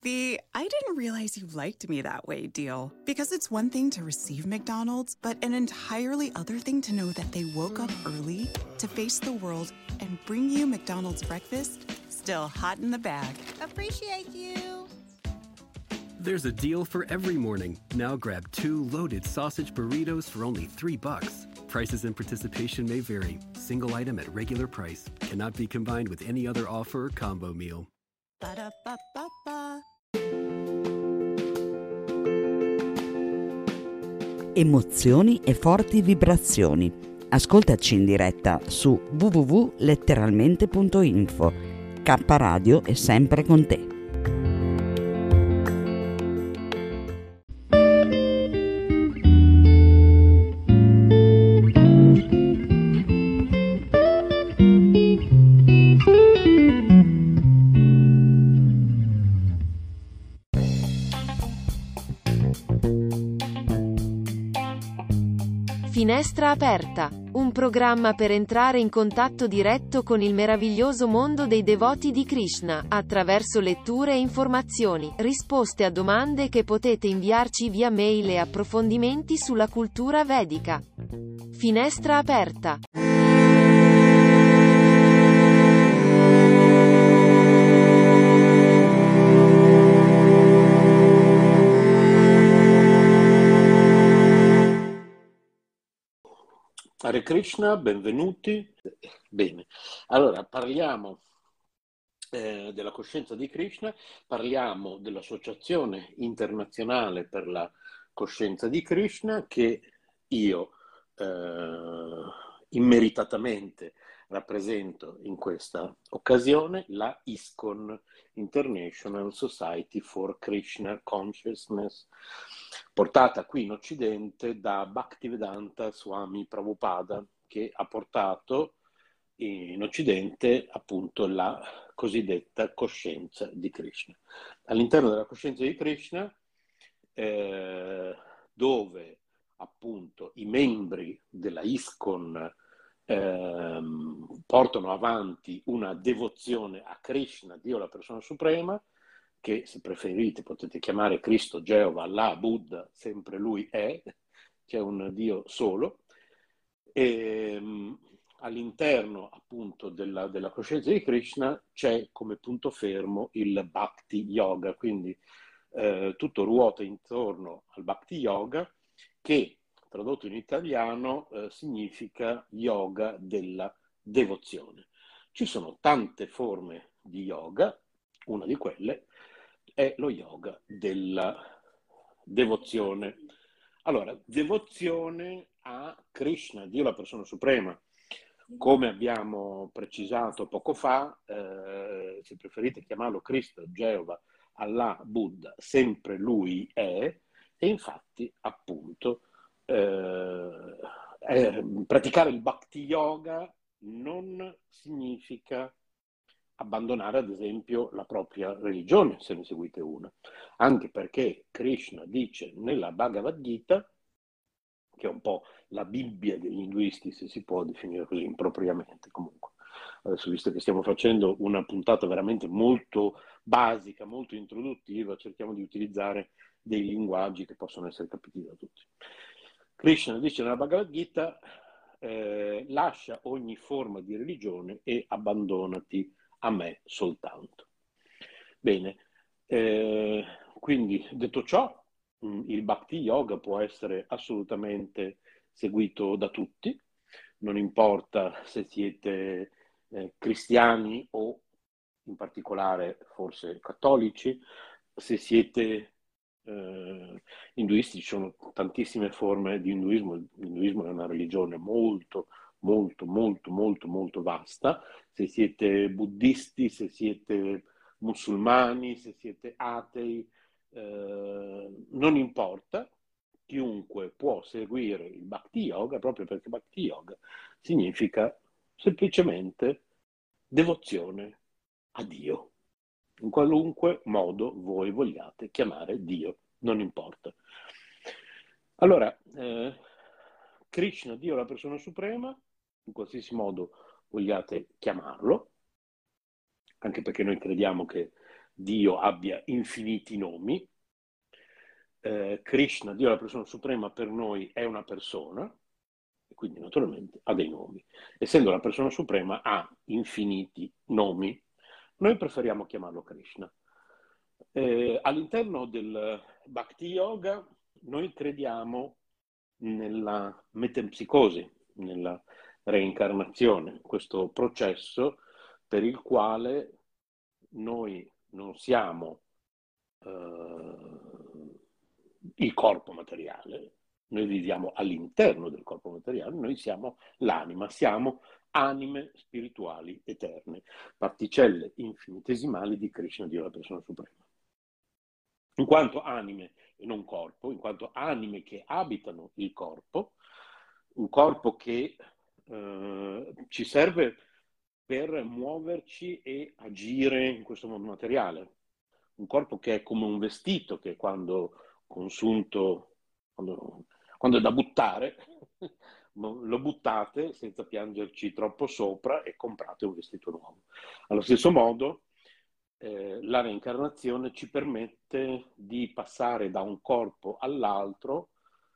the I didn't realize you liked me that way deal. Because it's one thing to receive McDonald's, but an entirely other thing to know that they woke up early to face the world and bring you McDonald's breakfast still hot in the bag. Appreciate you. There's a deal for every morning. Now grab 2 loaded sausage burritos for only $3. Prices and participation may vary. Single item at regular price. Cannot be combined with any other offer or combo meal. Ba-da-ba-ba-ba. Emozioni e forti vibrazioni. Ascoltaci in diretta su www.letteralmente.info. K Radio è sempre con te. Finestra aperta, un programma per entrare in contatto diretto con il meraviglioso mondo dei devoti di Krishna, attraverso letture e informazioni, risposte a domande che potete inviarci via mail e approfondimenti sulla cultura vedica. Finestra aperta. Hare Krishna, benvenuti. Bene, allora parliamo della coscienza di Krishna, parliamo dell'Associazione Internazionale per la Coscienza di Krishna che io immeritatamente rappresento in questa occasione, la ISKCON, International Society for Krishna Consciousness, portata qui in Occidente da Bhaktivedanta Swami Prabhupada, che ha portato in Occidente appunto la cosiddetta coscienza di Krishna. All'interno della coscienza di Krishna, dove appunto i membri della ISKCON portano avanti una devozione a Krishna, Dio la persona suprema, che se preferite potete chiamare Cristo, Geova, Allah, Buddha, sempre lui è, c'è un Dio solo, e all'interno appunto della coscienza di Krishna c'è come punto fermo il Bhakti Yoga, quindi tutto ruota intorno al Bhakti Yoga, che tradotto in italiano significa yoga della devozione. Ci sono tante forme di yoga, una di quelle è lo yoga della devozione. Allora, devozione a Krishna, Dio la persona suprema, come abbiamo precisato poco fa, se preferite chiamarlo Cristo, Geova, Allah, Buddha, sempre lui è, e infatti appunto praticare il Bhakti Yoga non significa abbandonare ad esempio la propria religione, se ne seguite una, anche perché Krishna dice nella Bhagavad Gita, che è un po' la Bibbia degli induisti, se si può definire così impropriamente comunque. Adesso, visto che stiamo facendo una puntata veramente molto basica, molto introduttiva, cerchiamo di utilizzare dei linguaggi che possono essere capiti da tutti. Krishna dice nella Bhagavad Gita, lascia ogni forma di religione e abbandonati a me soltanto. Bene, quindi detto ciò, il Bhakti Yoga può essere assolutamente seguito da tutti, non importa se siete cristiani o in particolare forse cattolici, se siete induisti, ci sono tantissime forme di induismo. L'induismo è una religione molto vasta. Se siete buddisti, se siete musulmani, se siete atei, non importa, chiunque può seguire il Bhakti Yoga, proprio perché Bhakti Yoga significa semplicemente devozione a Dio. In qualunque modo voi vogliate chiamare Dio, non importa. Allora, Krishna, Dio la persona suprema, in qualsiasi modo vogliate chiamarlo, anche perché noi crediamo che Dio abbia infiniti nomi. Krishna, Dio la persona suprema, per noi è una persona, e quindi naturalmente ha dei nomi. Essendo la persona suprema ha infiniti nomi. Noi preferiamo chiamarlo Krishna. All'interno del Bhakti Yoga noi crediamo nella metempsicosi, nella reincarnazione, questo processo per il quale noi non siamo il corpo materiale, noi viviamo all'interno del corpo materiale, noi siamo l'anima, siamo anime spirituali eterne, particelle infinitesimali di Krishna, Dio la persona suprema. In quanto anime e non corpo, in quanto anime che abitano il corpo, un corpo che ci serve per muoverci e agire in questo mondo materiale, un corpo che è come un vestito che quando consunto, quando è da buttare, lo buttate senza piangerci troppo sopra e comprate un vestito nuovo. Allo stesso modo, la reincarnazione ci permette di passare da un corpo all'altro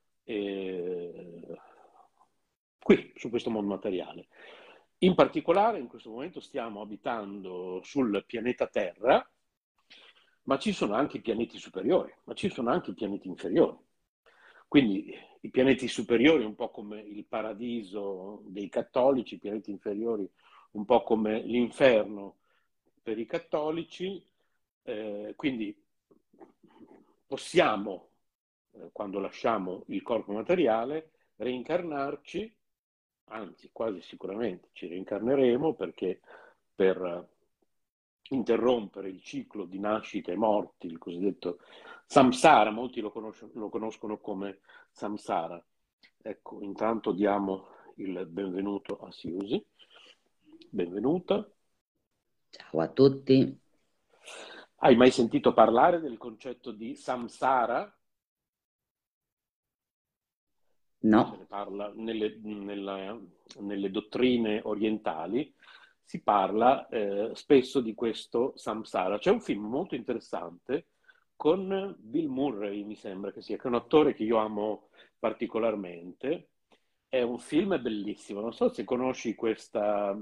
qui, su questo mondo materiale. In particolare, in questo momento stiamo abitando sul pianeta Terra, ma ci sono anche i pianeti superiori, ma ci sono anche i pianeti inferiori. Quindi i pianeti superiori un po' come il paradiso dei cattolici, i pianeti inferiori un po' come l'inferno per i cattolici, quindi possiamo, quando lasciamo il corpo materiale, reincarnarci, anzi quasi sicuramente ci reincarneremo, perché per interrompere il ciclo di nascite e morti, il cosiddetto samsara, molti lo conoscono come samsara. Ecco, intanto diamo il benvenuto a Siusi. Benvenuta. Ciao a tutti. Hai mai sentito parlare del concetto di samsara? No. Se ne parla nelle dottrine orientali, si parla spesso di questo samsara. C'è un film molto interessante con Bill Murray, mi sembra che sia, che è un attore che io amo particolarmente. È un film bellissimo, non so se conosci questa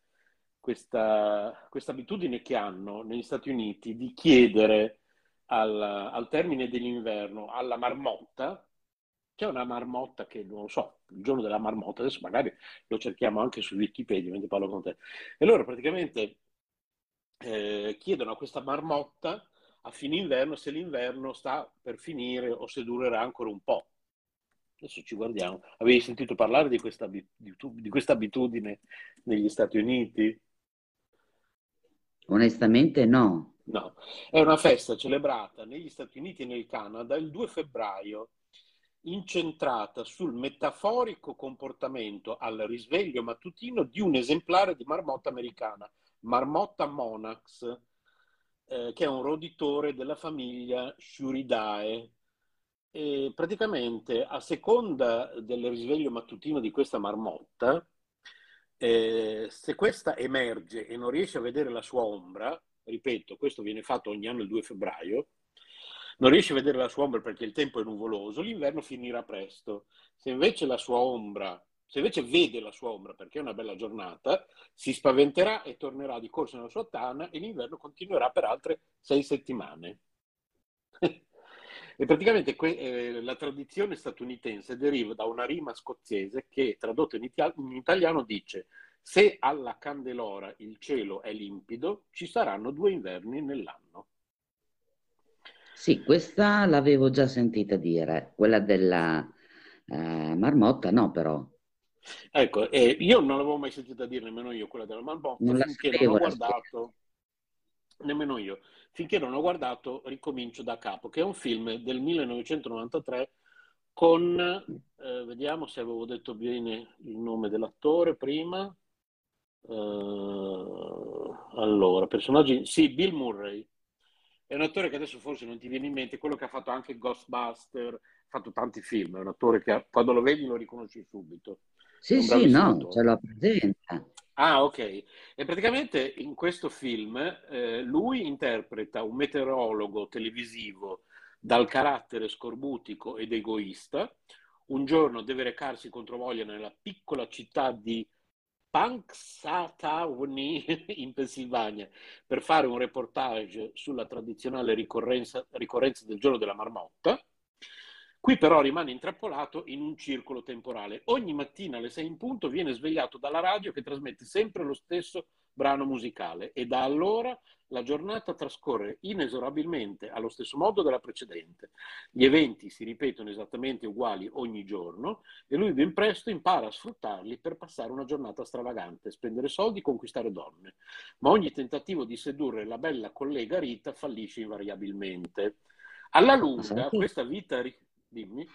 abitudine che hanno negli Stati Uniti di chiedere al termine dell'inverno alla marmotta. C'è una marmotta che, non lo so, il giorno della marmotta, adesso magari lo cerchiamo anche su Wikipedia mentre parlo con te, e loro praticamente chiedono a questa marmotta a fine inverno se l'inverno sta per finire o se durerà ancora un po'. Adesso ci guardiamo. Avevi sentito parlare di questa abitudine negli Stati Uniti? Onestamente no. No, è una festa celebrata negli Stati Uniti e nel Canada il 2 febbraio, incentrata sul metaforico comportamento al risveglio mattutino di un esemplare di marmotta americana, Marmotta monax, che è un roditore della famiglia Shuridae. E praticamente a seconda del risveglio mattutino di questa marmotta, se questa emerge e non riesce a vedere la sua ombra, ripeto, questo viene fatto ogni anno il 2 febbraio, non riesce a vedere la sua ombra perché il tempo è nuvoloso, l'inverno finirà presto. Se invece vede la sua ombra perché è una bella giornata, si spaventerà e tornerà di corsa nella sua tana e l'inverno continuerà per altre 6 settimane. E praticamente la tradizione statunitense deriva da una rima scozzese che, tradotto in italiano, dice: se alla Candelora il cielo è limpido, ci saranno 2 inverni nell'anno. Sì, questa l'avevo già sentita dire, quella della marmotta no, però. Ecco, io non l'avevo mai sentita dire nemmeno io, quella della marmotta, Non la finché sapevo, non ho la guardato, nemmeno io, finché non ho guardato Ricomincio da capo, che è un film del 1993 con, vediamo se avevo detto bene il nome dell'attore prima, allora, personaggi, sì, Bill Murray. È un attore che adesso forse non ti viene in mente, quello che ha fatto anche Ghostbuster, ha fatto tanti film, è un attore che quando lo vedi lo riconosci subito. È Sì, un sì, bravissimo no, ce attore. l'ho presente. Ah, ok. E praticamente in questo film lui interpreta un meteorologo televisivo dal carattere scorbutico ed egoista. Un giorno deve recarsi controvoglia nella piccola città di Punxsutawney in Pennsylvania per fare un reportage sulla tradizionale ricorrenza del giorno della marmotta. Qui però rimane intrappolato in un circolo temporale. Ogni mattina alle 6 in punto viene svegliato dalla radio che trasmette sempre lo stesso brano musicale e da allora la giornata trascorre inesorabilmente allo stesso modo della precedente. Gli eventi si ripetono esattamente uguali ogni giorno e lui ben presto impara a sfruttarli per passare una giornata stravagante, spendere soldi, conquistare donne. Ma ogni tentativo di sedurre la bella collega Rita fallisce invariabilmente. Alla Ma sai lunga, che, questa vita... Dimmi,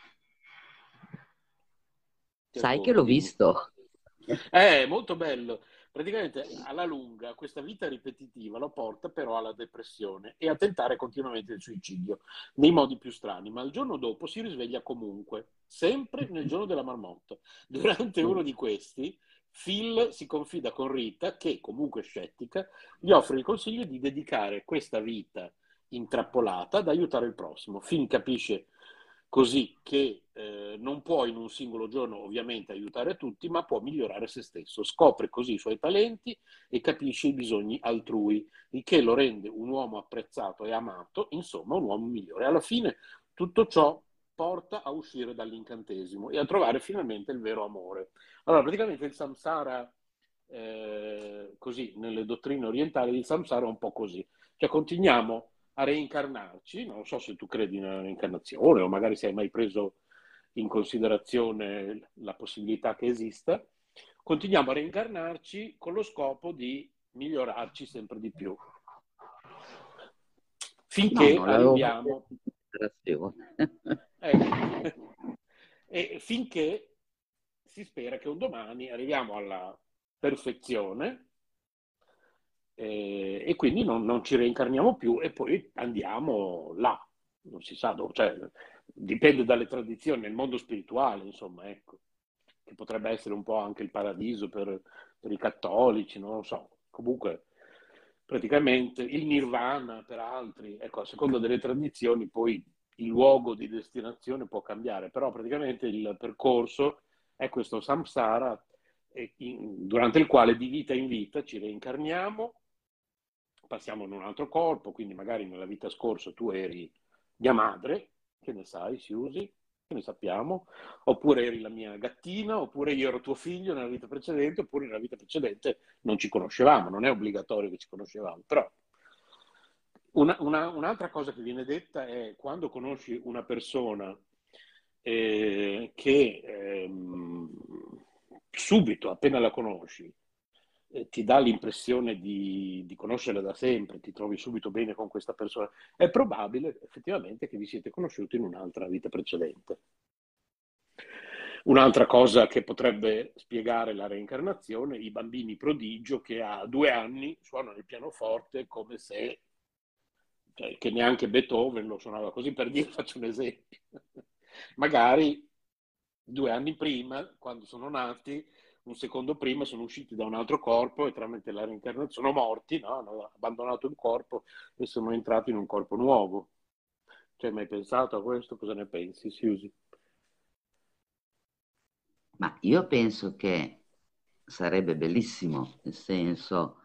ti sai che ascolto, l'ho dimmi. visto? Molto bello. Praticamente alla lunga questa vita ripetitiva lo porta però alla depressione e a tentare continuamente il suicidio nei modi più strani, ma il giorno dopo si risveglia comunque, sempre nel giorno della marmotta. Durante uno di questi, Phil si confida con Rita, che comunque scettica, gli offre il consiglio di dedicare questa vita intrappolata ad aiutare il prossimo. Finn capisce così che non può in un singolo giorno ovviamente aiutare tutti, ma può migliorare se stesso. Scopre così i suoi talenti e capisce i bisogni altrui, il che lo rende un uomo apprezzato e amato, insomma un uomo migliore. Alla fine tutto ciò porta a uscire dall'incantesimo e a trovare finalmente il vero amore. Allora, praticamente il samsara, così, nelle dottrine orientali, il samsara è un po' così. Cioè continuiamo a reincarnarci, non so se tu credi nella reincarnazione o magari se hai mai preso in considerazione la possibilità che esista, continuiamo a reincarnarci con lo scopo di migliorarci sempre di più, No, finché non l'avevo mai arriviamo, preso in considerazione. ecco, e finché si spera che un domani arriviamo alla perfezione e quindi non ci reincarniamo più e poi andiamo là, non si sa dove, cioè, dipende dalle tradizioni, nel mondo spirituale, insomma, ecco, che potrebbe essere un po' anche il paradiso per i cattolici, non lo so, comunque praticamente il nirvana per altri, ecco, a seconda delle tradizioni poi il luogo di destinazione può cambiare, però praticamente il percorso è questo samsara durante il quale di vita in vita ci reincarniamo, passiamo in un altro corpo, quindi magari nella vita scorsa tu eri mia madre, che ne sai, si usi, che ne sappiamo, oppure eri la mia gattina, oppure io ero tuo figlio nella vita precedente, oppure nella vita precedente non ci conoscevamo, non è obbligatorio che ci conoscevamo, però un'altra cosa che viene detta è quando conosci una persona che subito, appena la conosci, ti dà l'impressione di conoscerla da sempre, ti trovi subito bene con questa persona, è probabile effettivamente che vi siete conosciuti in un'altra vita precedente. Un'altra cosa che potrebbe spiegare la reincarnazione, i bambini prodigio che a 2 anni suonano il pianoforte come se, cioè, che neanche Beethoven lo suonava così, per dire, faccio un esempio. Magari 2 anni prima, quando sono nati, un secondo prima sono usciti da un altro corpo e tramite la reincarnazione sono morti, no? Hanno abbandonato il corpo e sono entrati in un corpo nuovo. Cioè, mai pensato a questo? Cosa ne pensi, Siusi? Ma io penso che sarebbe bellissimo, nel senso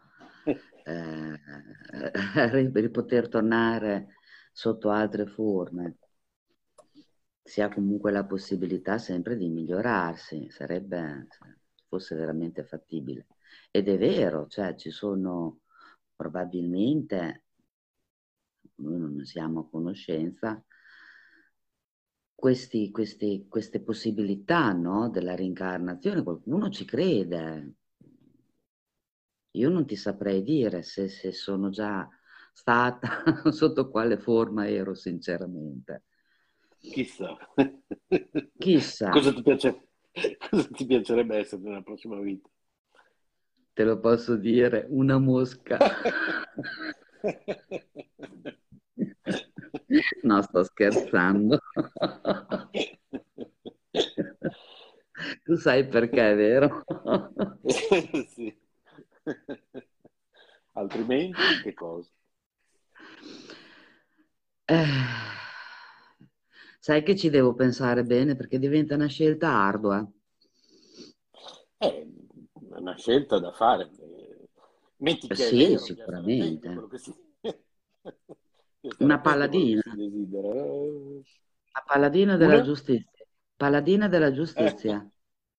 di poter tornare sotto altre forme. Si ha comunque la possibilità sempre di migliorarsi, sarebbe, se fosse veramente fattibile. Ed è vero, cioè ci sono probabilmente, noi non ne siamo a conoscenza, queste possibilità, no, della reincarnazione. Qualcuno ci crede. Io non ti saprei dire se sono già stata, sotto quale forma ero sinceramente. Chissà. Chissà, Cosa ti piacerebbe essere nella prossima vita? te lo posso dire, una mosca. No, sto scherzando. Tu sai perché, vero? Sì. cose. Sai che ci devo pensare bene perché diventa una scelta ardua. È una scelta da fare. Metti che è Sì, vero, che sarà attenti a sicuramente. quello che si... che stare Una attenti a quello che paladina, si desidera. una paladina della Una? giustizia. Paladina della Eh, giustizia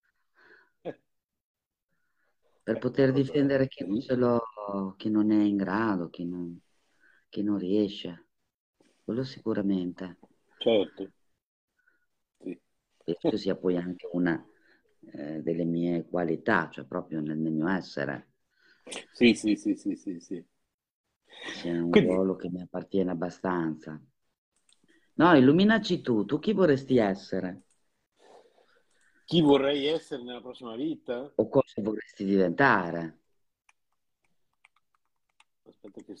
per questa poter cosa è difendere chi non ce carina. l'ho, chi non è in grado, chi non riesce. Quello sicuramente. Certo, sì. Penso sia poi anche una delle mie qualità, cioè proprio nel mio essere, Sì, sì, sì, sì, sì, sì. sia un Quindi, ruolo che mi appartiene abbastanza. No, illuminaci tu chi vorresti essere chi vorrei essere nella prossima vita? o cosa vorresti diventare? Aspetta che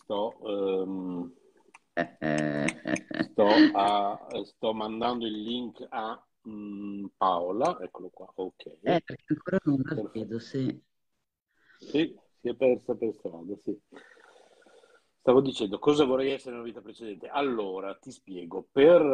Eh, eh, sto mandando il link a Paola, eccolo qua, ok, perché ancora non la vedo, perfetto. sì. Sì, si è persa per strada, sì. Stavo dicendo cosa vorrei essere nella vita precedente. Allora, ti spiego,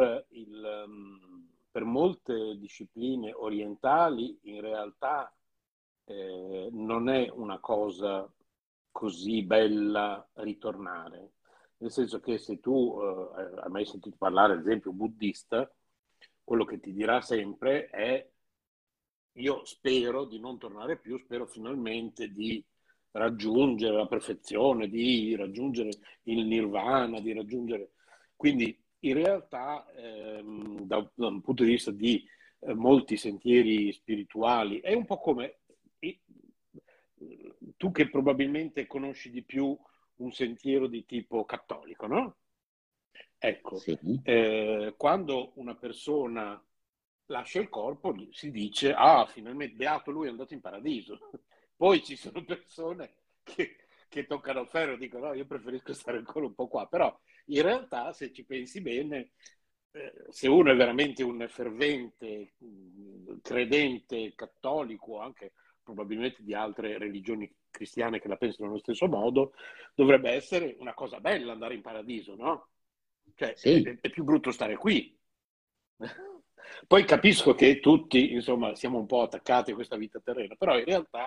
per molte discipline orientali in realtà non è una cosa così bella ritornare. Nel senso che se tu hai mai sentito parlare, ad esempio, un buddista, quello che ti dirà sempre è io spero di non tornare più, spero finalmente di raggiungere la perfezione, di raggiungere il nirvana, di raggiungere... Quindi in realtà da un punto di vista di molti sentieri spirituali è un po' come eh, tu che probabilmente conosci di più un sentiero di tipo cattolico, no? Ecco, Sì, quando una persona lascia il corpo si dice, ah, finalmente beato lui è andato in paradiso. Poi ci sono persone che toccano il ferro e dicono, no, io preferisco stare ancora un po' qua. Però in realtà, se ci pensi bene, se uno è veramente un fervente, credente, cattolico, anche probabilmente di altre religioni cristiane che la pensano allo stesso modo, dovrebbe essere una cosa bella andare in paradiso, no? Cioè, sì, è più brutto stare qui. Poi capisco che tutti, insomma, siamo un po' attaccati a questa vita terrena, però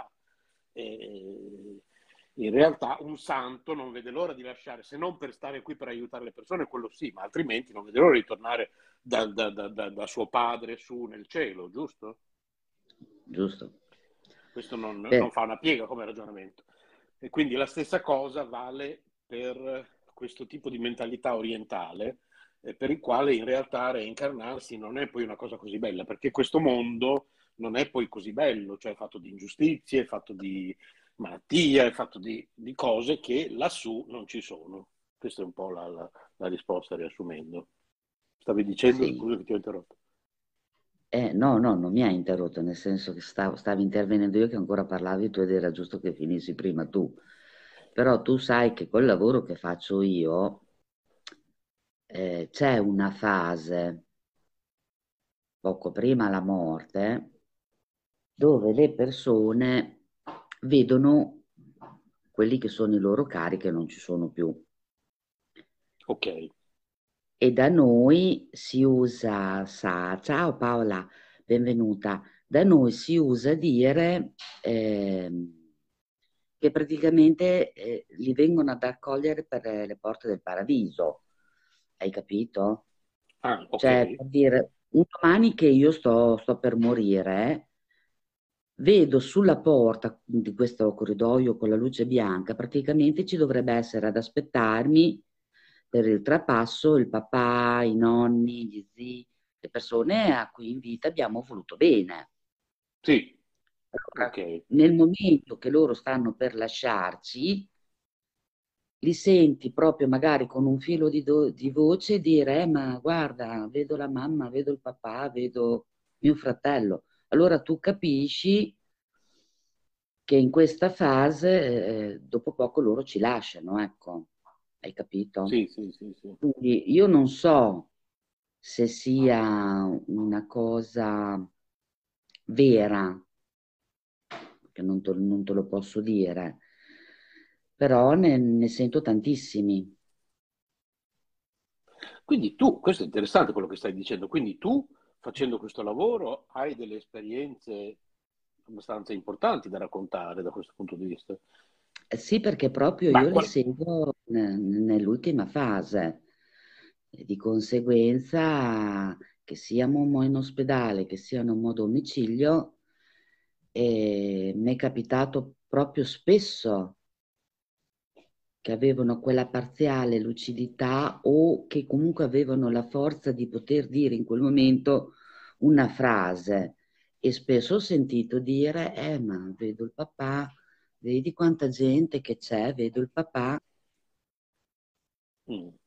eh, in realtà un santo non vede l'ora di lasciare, se non per stare qui per aiutare le persone, quello sì, ma altrimenti non vede l'ora di tornare da suo padre su nel cielo, giusto? giusto. Questo Eh, non fa una piega come ragionamento. E quindi la stessa cosa vale per questo tipo di mentalità orientale, per il quale in realtà reincarnarsi non è poi una cosa così bella, perché questo mondo non è poi così bello, cioè è fatto di ingiustizie, è fatto di malattia, è fatto di cose che lassù non ci sono. Questa è un po' la risposta riassumendo. Stavi dicendo, sì. scusa che ti ho interrotto. No, no, non mi ha interrotto, nel senso che stavi intervenendo io che ancora parlavi tu ed era giusto che finissi prima tu. Però tu sai che col lavoro che faccio io c'è una fase poco prima la morte dove le persone vedono quelli che sono i loro cari che non ci sono più. Ok, E da noi si usa, ciao Paola, benvenuta. Da noi si usa dire che praticamente li vengono ad accogliere per le porte del paradiso. Hai capito? ah, ok, Cioè, per dire, un domani che io sto per morire, vedo sulla porta di questo corridoio con la luce bianca, praticamente ci dovrebbe essere ad aspettarmi per il trapasso il papà, i nonni, gli zii, le persone a cui in vita abbiamo voluto bene. sì, Allora, ok. nel momento che loro stanno per lasciarci, li senti proprio magari con un filo di voce dire, ma guarda, vedo la mamma, vedo il papà, vedo mio fratello. Allora tu capisci che in questa fase, dopo poco loro ci lasciano, ecco, hai capito? Sì, sì, sì, sì. Quindi io non so se sia una cosa vera, che non te lo posso dire, però ne sento tantissimi. Quindi tu, questo è interessante quello che stai dicendo, quindi tu facendo questo lavoro hai delle esperienze abbastanza importanti da raccontare da questo punto di vista. Sì, perché proprio Ma io li seguo nell'ultima fase. E di conseguenza, che sia mo in ospedale, che siano mo a domicilio, mi è capitato proprio spesso che avevano quella parziale lucidità o che comunque avevano la forza di poter dire in quel momento una frase. E spesso ho sentito dire, ma vedo il papà, vedi quanta gente che c'è, vedo il papà. mm,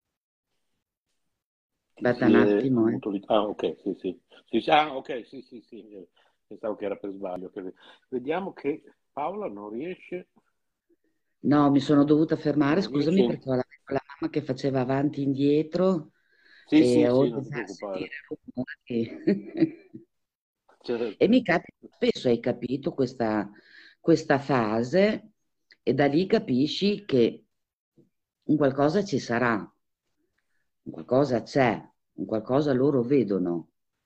che Aspetta si un è attimo, eh. Ah, ok, sì, sì. Sì, sì, ah, ok, sì, sì, sì. Pensavo che era per sbaglio. Vediamo che Paola non riesce, No, mi sono dovuta fermare, non scusami, riesce. perché ho la mamma che faceva avanti e indietro Sì, e sì, ho sì, non ti già sentire preoccupare. rumori. E Certo. mi capita spesso, hai capito, questa fase e da lì capisci che un qualcosa ci sarà, un qualcosa c'è, un qualcosa loro vedono,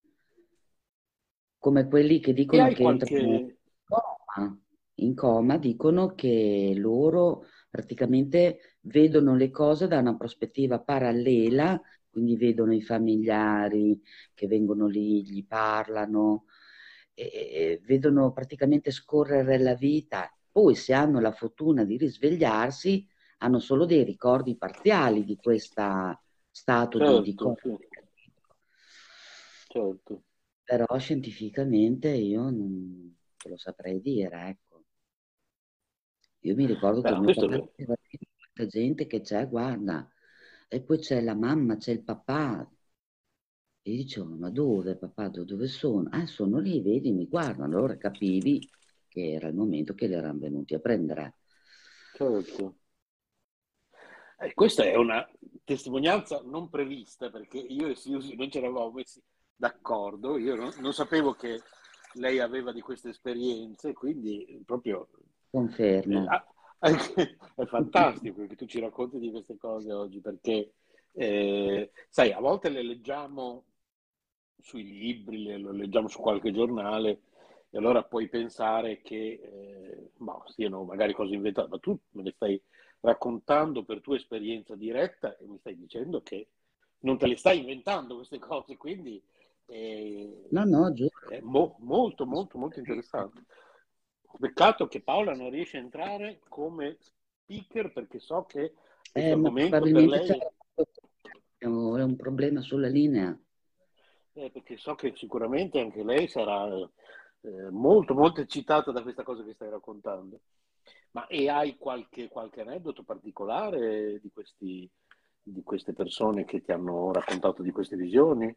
come quelli che E dicono hai che qualche... entrano coma. In coma dicono che loro praticamente vedono le cose da una prospettiva parallela, quindi vedono i familiari che vengono lì, gli parlano, e vedono praticamente scorrere la vita. Poi, se hanno la fortuna di risvegliarsi, hanno solo dei ricordi parziali di questo stato di Certo, coma. sì, certo. Però scientificamente io non te lo saprei dire, ecco. Io mi ricordo che Però mio questo papà diceva: "Vedi quanta gente che c'è, guarda, e poi c'è la mamma, c'è il papà." E io dicevo, ma dove papà, dove sono? Ah, sono lì, vedi, mi guardano. Allora capivi che era il momento che li erano venuti a prendere. certo. Questa è una testimonianza non prevista perché io e Siusi non ci eravamo messi d'accordo, io non sapevo che lei aveva di queste esperienze, quindi proprio Confermo. ah, è fantastico che tu ci racconti di queste cose oggi perché, sai, a volte le leggiamo sui libri, lo leggiamo su qualche giornale e allora puoi pensare che siano magari cose inventate, ma tu me le stai raccontando per tua esperienza diretta e mi stai dicendo che non te le stai inventando queste cose, quindi No, no, giuro. è molto, molto, molto interessante. Peccato che Paola non riesce a entrare come speaker perché so che questo Ma argomento per probabilmente c'è lei un problema sulla linea. perché so che sicuramente anche lei sarà molto, molto eccitata da questa cosa che stai raccontando. Ma e hai qualche aneddoto particolare di queste persone che ti hanno raccontato di queste visioni?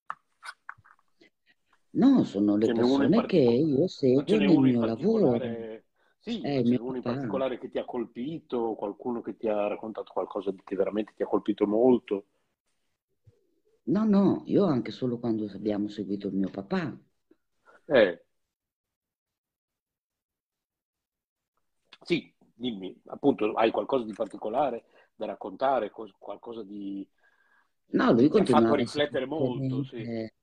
No, sono le Ce n'è uno in persone che particolare? io Ma ce seguo n'è nel uno in mio lavoro. particolare? Sì, È ma il ce mio n'è uno in papà. particolare che ti ha colpito, qualcuno che ti ha raccontato qualcosa che veramente ti ha colpito molto? No, no, io anche solo quando abbiamo seguito il mio papà. Eh, sì, dimmi, appunto, hai qualcosa di particolare da raccontare, qualcosa No, lui che ti ha fatto continuava riflettere molto, sì. semplicemente.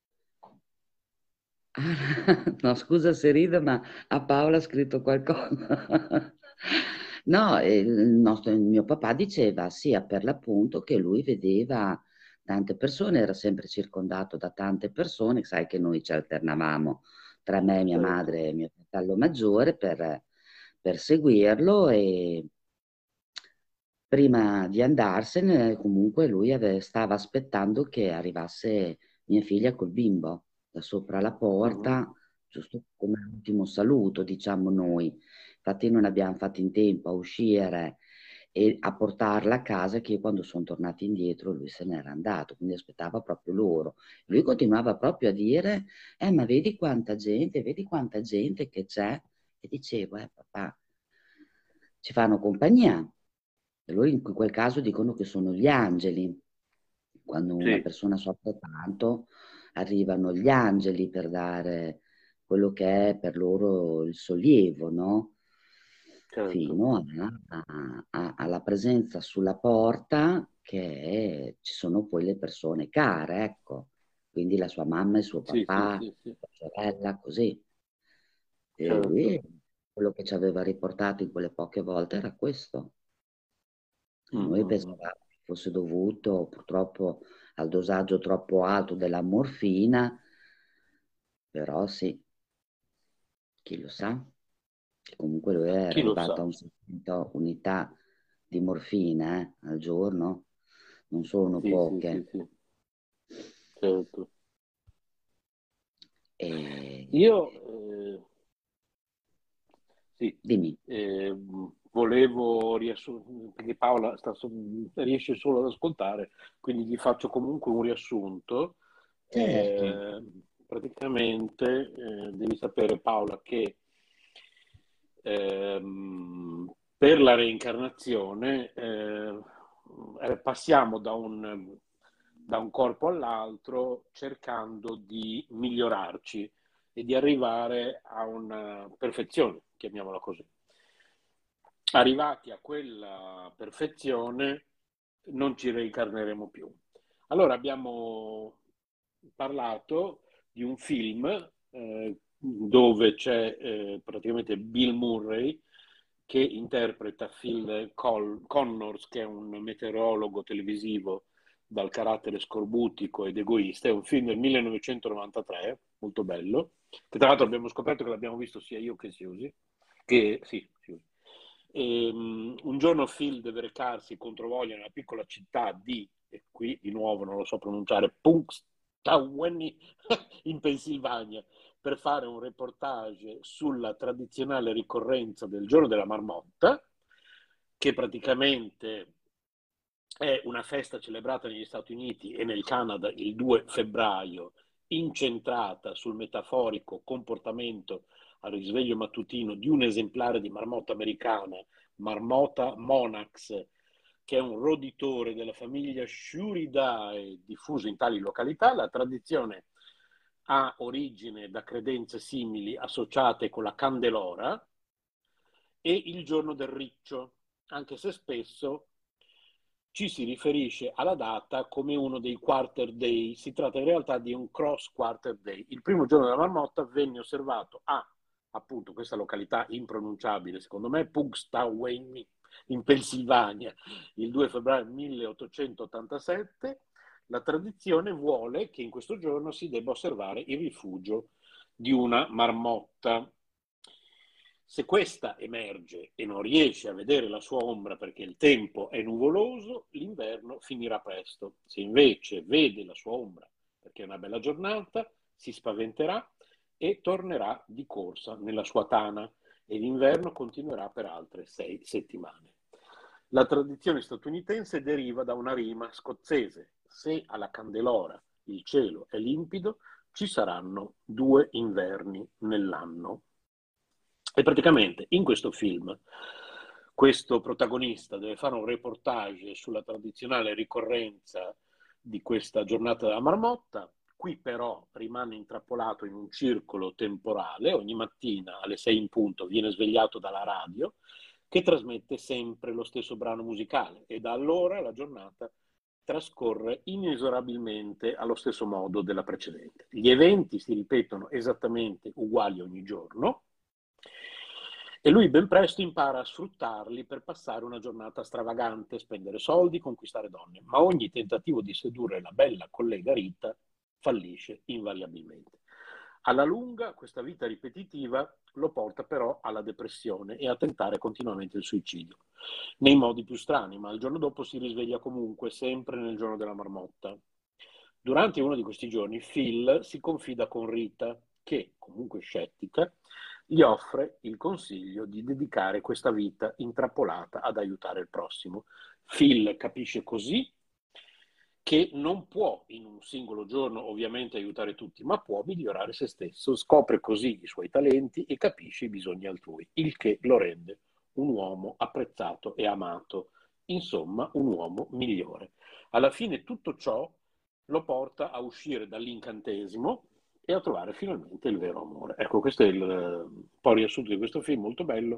Ah, no, scusa se rido, ma a Paola ha scritto qualcosa. No, il mio papà diceva sia per l'appunto che lui vedeva tante persone, era sempre circondato da tante persone, sai che noi ci alternavamo tra me, mia Certo. madre e mio fratello maggiore per seguirlo e prima di andarsene comunque lui stava aspettando che arrivasse mia figlia col bimbo da sopra la Mhm. porta, giusto come ultimo saluto, diciamo noi. Infatti non abbiamo fatto in tempo a uscire e a portarla a casa, che io quando sono tornati indietro lui se n'era andato, quindi aspettava proprio loro. Lui continuava proprio a dire, ma vedi quanta gente che c'è? E dicevo, papà, ci fanno compagnia. E loro in quel caso dicono che sono gli angeli. Quando una Sì, persona soffre tanto, arrivano gli angeli per dare quello che è per loro il sollievo, no? certo. fino alla presenza sulla porta che ci sono poi le persone care, ecco, quindi la sua mamma e il suo Sì, sì, papà, sì, sì, la sorella, così. E lui, certo. quello che ci aveva riportato in quelle poche volte era questo. E Mm, noi mm, mm. pensavamo che fosse dovuto purtroppo al dosaggio troppo alto della morfina, però sì, chi lo sa. Comunque lui era Chi lo arrivato a sa? un 60 unità di morfina al giorno, non sono Sì, sì, sì, poche. sì, certo. E Io, sì, dimmi, eh, volevo riassumere, perché Paola riesce solo ad ascoltare, quindi gli faccio comunque un riassunto. certo, Eh, praticamente devi sapere, Paola, che per la reincarnazione passiamo da un corpo all'altro cercando di migliorarci e di arrivare a una perfezione, chiamiamola così. Arrivati a quella perfezione non ci reincarneremo più. Allora abbiamo parlato di un film dove c'è praticamente Bill Murray che interpreta Phil Connors, che è un meteorologo televisivo dal carattere scorbutico ed egoista. È un film del 1993, molto bello, che tra l'altro abbiamo scoperto che l'abbiamo visto sia io che Siusi, che sì, Siusi. Un giorno Phil deve recarsi controvoglia nella piccola città di, e qui di nuovo non lo so pronunciare, Punxsutawney in Pennsylvania, per fare un reportage sulla tradizionale ricorrenza del giorno della marmotta, che praticamente è una festa celebrata negli Stati Uniti e nel Canada il 2 febbraio, incentrata sul metaforico comportamento al risveglio mattutino di un esemplare di marmotta americana, Marmota monax, che è un roditore della famiglia Shuridae diffuso in tali località. La tradizione ha origine da credenze simili associate con la Candelora e il giorno del riccio, anche se spesso ci si riferisce alla data come uno dei quarter day. Si tratta in realtà di un cross quarter day. Il primo giorno della marmotta venne osservato a appunto questa località impronunciabile, secondo me, Punxsutawney in Pennsylvania, il 2 febbraio 1887. La tradizione vuole che in questo giorno si debba osservare il rifugio di una marmotta. Se questa emerge e non riesce a vedere la sua ombra perché il tempo è nuvoloso, l'inverno finirà presto. Se invece vede la sua ombra perché è una bella giornata, si spaventerà e tornerà di corsa nella sua tana e l'inverno continuerà per altre 6 settimane. La tradizione statunitense deriva da una rima scozzese: se alla Candelora il cielo è limpido, ci saranno 2 inverni nell'anno. E praticamente in questo film questo protagonista deve fare un reportage sulla tradizionale ricorrenza di questa giornata della marmotta. Qui però rimane intrappolato in un circolo temporale, ogni mattina alle 6 in punto viene svegliato dalla radio che trasmette sempre lo stesso brano musicale e da allora la giornata trascorre inesorabilmente allo stesso modo della precedente. Gli eventi si ripetono esattamente uguali ogni giorno e lui ben presto impara a sfruttarli per passare una giornata stravagante, spendere soldi, conquistare donne, ma ogni tentativo di sedurre la bella collega Rita fallisce invariabilmente. Alla lunga questa vita ripetitiva lo porta però alla depressione e a tentare continuamente il suicidio, nei modi più strani, ma il giorno dopo si risveglia comunque, sempre nel giorno della marmotta. Durante uno di questi giorni Phil si confida con Rita, che, comunque scettica, gli offre il consiglio di dedicare questa vita intrappolata ad aiutare il prossimo. Phil capisce così che non può in un singolo giorno ovviamente aiutare tutti, ma può migliorare se stesso, scopre così i suoi talenti e capisce i bisogni altrui, il che lo rende un uomo apprezzato e amato, insomma un uomo migliore. Alla fine tutto ciò lo porta a uscire dall'incantesimo e a trovare finalmente il vero amore. Ecco, questo è un po' riassunto di questo film, molto bello,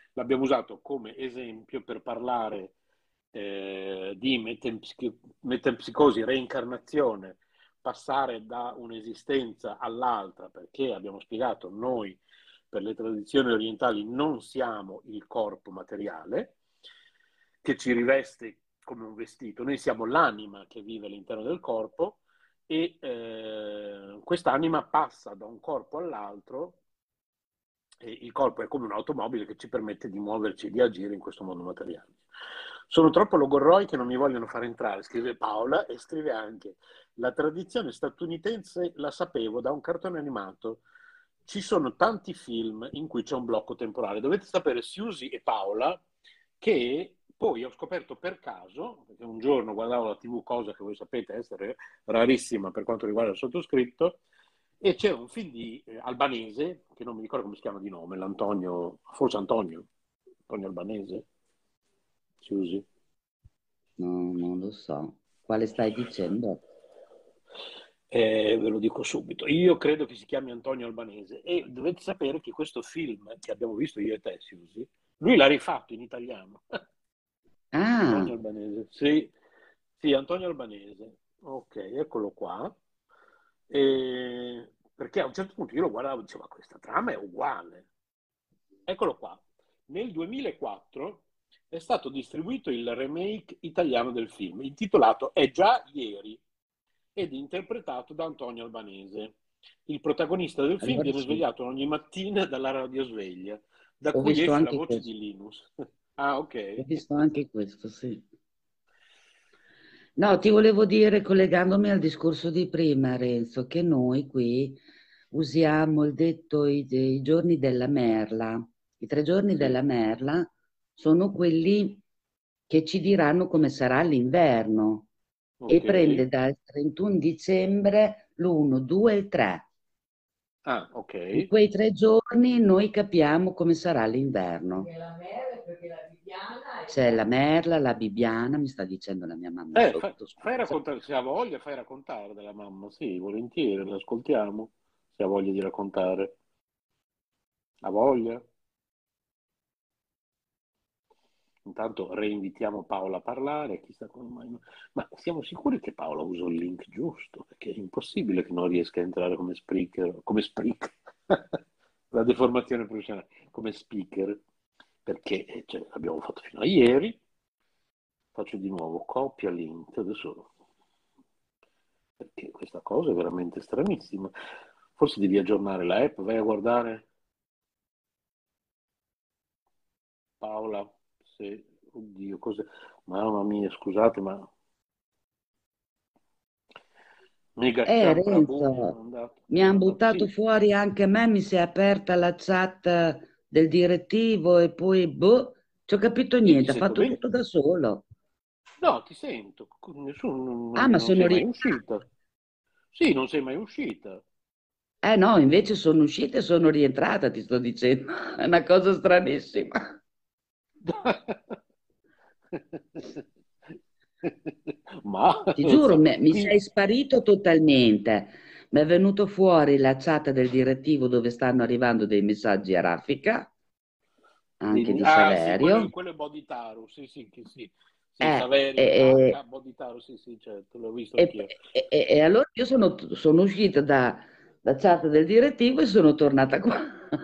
l'abbiamo usato come esempio per parlare di metempsicosi, reincarnazione, passare da un'esistenza all'altra, perché abbiamo spiegato, noi per le tradizioni orientali non siamo il corpo materiale che ci riveste come un vestito, noi siamo l'anima che vive all'interno del corpo e quest'anima passa da un corpo all'altro e il corpo è come un'automobile che ci permette di muoverci e di agire in questo mondo materiale. Sono troppo logorroi che non mi vogliono far entrare, scrive Paola, e scrive anche: la tradizione statunitense la sapevo da un cartone animato. Ci sono tanti film in cui c'è un blocco temporale. Dovete sapere, Suzy e Paola, che poi ho scoperto per caso, perché un giorno guardavo la TV, cosa che voi sapete essere rarissima per quanto riguarda il sottoscritto, e c'era un film di albanese, che non mi ricordo come si chiama di nome, forse Antonio Albanese, Suzy. No, non lo so. Quale stai dicendo? Ve lo dico subito. Io credo che si chiami Antonio Albanese e dovete sapere che questo film che abbiamo visto io e te, Suzy, lui l'ha rifatto in italiano. Antonio Ah, Albanese, sì, sì, Antonio Albanese. Ok, eccolo qua. Perché a un certo punto io lo guardavo e dicevo, ma questa trama è uguale. Eccolo qua. Nel 2004 è stato distribuito il remake italiano del film, intitolato È già ieri, ed interpretato da Antonio Albanese. Il protagonista del film allora viene sì. svegliato ogni mattina dalla radiosveglia, da Ho cui visto esce la anche voce questo. di Linus. Ah, Ho ok. visto anche questo, sì. No, ti volevo dire, collegandomi al discorso di prima, Renzo, che noi qui usiamo il detto i giorni della merla. I 3 giorni Sì, della merla sono quelli che ci diranno come sarà l'inverno e ok. prende dal 31 dicembre l'1, 2 e 3. Ah, ok. In quei 3 giorni noi capiamo come sarà l'inverno. C'è la merla, la bibbiana, mi sta dicendo la mia mamma sotto, Fai scusa. raccontare, se ha voglia, fai raccontare della mamma. Sì, volentieri, l'ascoltiamo, se ha voglia di raccontare. Ha voglia? Intanto reinvitiamo Paola a parlare, chissà come mai. Ma siamo sicuri che Paola usa il link giusto? Perché è impossibile che non riesca a entrare come speaker, la deformazione professionale, come speaker, perché cioè, l'abbiamo fatto fino a ieri. Faccio di nuovo copia link, adesso perché questa cosa è veramente stranissima. Forse devi aggiornare la app, vai a guardare Paola, se, oddio, cos'è? Mamma mia, scusate, ma Mega Chan Prabhu mi ha Renzo, mandato. mi hanno buttato Sì, fuori anche a me, mi si è aperta la chat del direttivo e poi, boh, ci ho capito io ti niente, ha sento fatto bene. tutto da solo. No, ti sento, nessuno, Ah, ma non sono sei mai rientrata. uscita. Sì, non sei mai uscita. Eh no, invece sono uscita e sono rientrata, ti sto dicendo. È una cosa stranissima. Ma Ti lo giuro, so, mi qui sei sparito totalmente. Mi è venuto fuori la chat del direttivo dove stanno arrivando dei messaggi a raffica, anche di Ah sì, Saverio. quello è Bodhitaru, sì, sì, che sì. Sì, Eh, Saverio, e, H, Bodhitaru, sì, sì, certo, l'ho visto e- anch'io. e allora io sono uscita da chat del direttivo e sono tornata qua.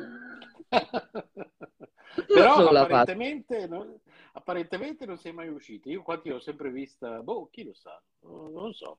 Tutto da Però sola fatto. apparentemente non sei mai uscita. Io qua ti ho sempre vista, boh, chi lo sa, non so.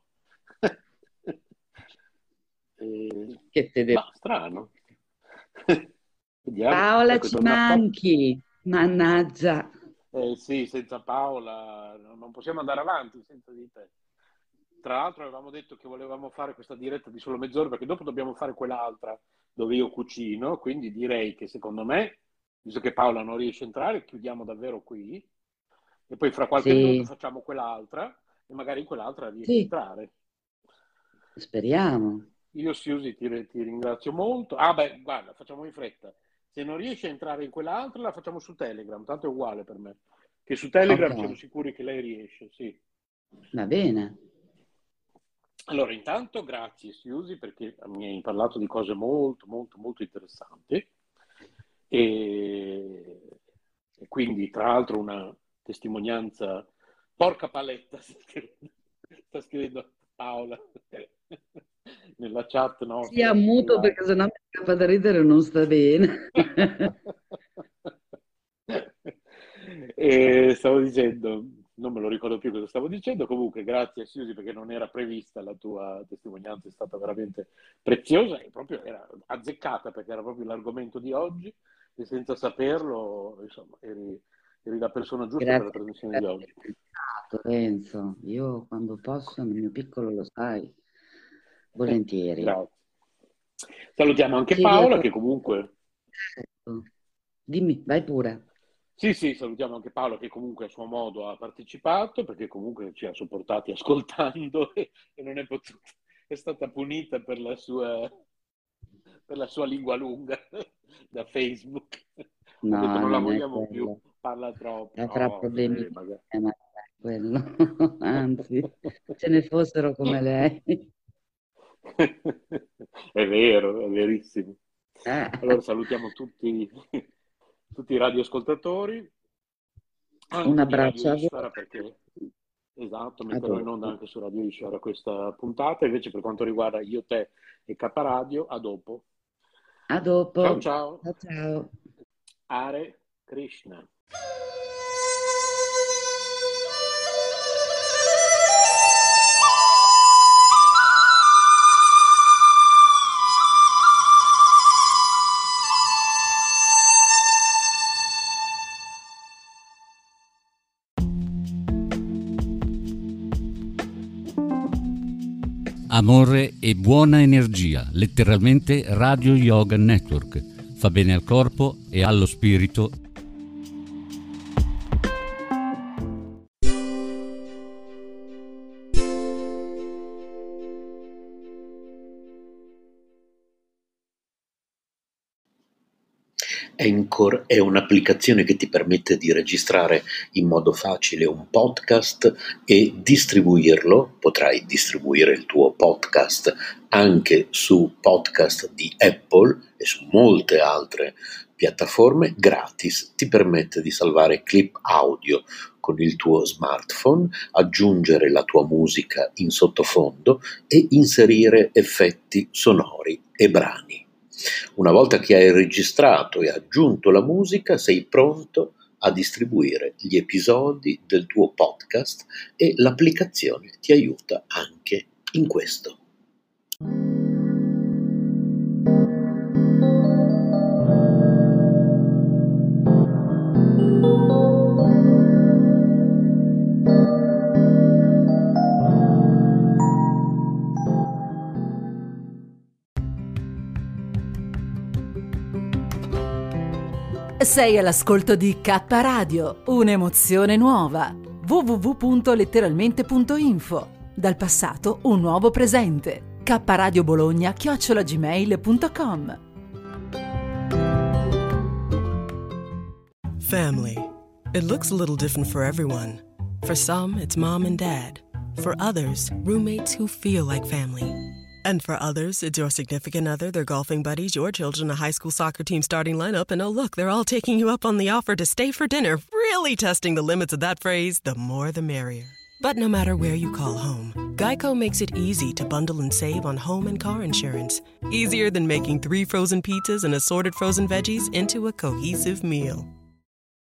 Che te devo... Ma strano. Vediamo, Paola, ecco, è ci tornata. manchi. Mannaggia. Sì, senza Paola non possiamo andare avanti senza di te. Tra l'altro avevamo detto che volevamo fare questa diretta di solo mezz'ora perché dopo dobbiamo fare quell'altra dove io cucino, quindi direi che secondo me, visto che Paola non riesce a entrare, chiudiamo davvero qui e poi fra qualche minuto Sì, facciamo quell'altra e magari in quell'altra riesce a sì, entrare. speriamo. Io Susi ti ringrazio molto. Ah beh, guarda, facciamo in fretta. Se non riesci a entrare in quell'altra la facciamo su Telegram, tanto è uguale per me. Che su Ok, Telegram siamo sicuri che lei riesce, sì. va bene. Allora, intanto grazie Susi perché mi hai parlato di cose molto, molto, molto interessanti. E E quindi, tra l'altro, una testimonianza, porca paletta, sta scrivendo Paola nella chat nostra. Sia muto perché sennò mi scappa da ridere e non sta bene. E stavo dicendo, non me lo ricordo più cosa stavo dicendo, comunque grazie a Susi perché non era prevista la tua testimonianza, è stata veramente preziosa e proprio era azzeccata perché era proprio l'argomento di oggi e senza saperlo, insomma, eri la persona giusta per la trasmissione di oggi. Renzo, io quando posso, nel mio piccolo lo sai, volentieri. Grazie. Salutiamo anche Paola che comunque... Dimmi, vai pure. Sì, salutiamo anche Paola che comunque a suo modo ha partecipato perché comunque ci ha sopportati ascoltando e non è potuta, è stata punita per la sua lingua lunga da Facebook. No, ha detto non la vogliamo quello. più, parla troppo. Avrà problemi, ma quello. Anzi, ce ne fossero come lei. È vero, è verissimo. Allora salutiamo tutti i radioascoltatori. Un abbraccio a voi. Perché, esatto, metterò in onda anche su Radio Ishara questa puntata. Invece per quanto riguarda Io, Te e K Radio, a dopo. A dopo. Ciao. Ciao. Hare Krishna. Amore e buona energia, letteralmente Radio Yoga Network. Fa bene al corpo e allo spirito. Anchor è un'applicazione che ti permette di registrare in modo facile un podcast e distribuirlo. Potrai distribuire il tuo podcast anche su podcast di Apple e su molte altre piattaforme gratis. Ti permette di salvare clip audio con il tuo smartphone, aggiungere la tua musica in sottofondo e inserire effetti sonori e brani. Una volta che hai registrato e aggiunto la musica, sei pronto a distribuire gli episodi del tuo podcast e l'applicazione ti aiuta anche in questo. Sei all'ascolto di K Radio, un'emozione nuova. www.letteralmente.info. Dal passato un nuovo presente. kradiobologna@gmail.com. Family. It looks a little different for everyone. For some, it's mom and dad. For others, roommates who feel like family. And for others, it's your significant other, their golfing buddies, your children, a high school soccer team starting lineup, and oh look, they're all taking you up on the offer to stay for dinner, really testing the limits of that phrase, the more the merrier. But no matter where you call home, Geico makes it easy to bundle and save on home and car insurance. Easier than making 3 frozen pizzas and assorted frozen veggies into a cohesive meal.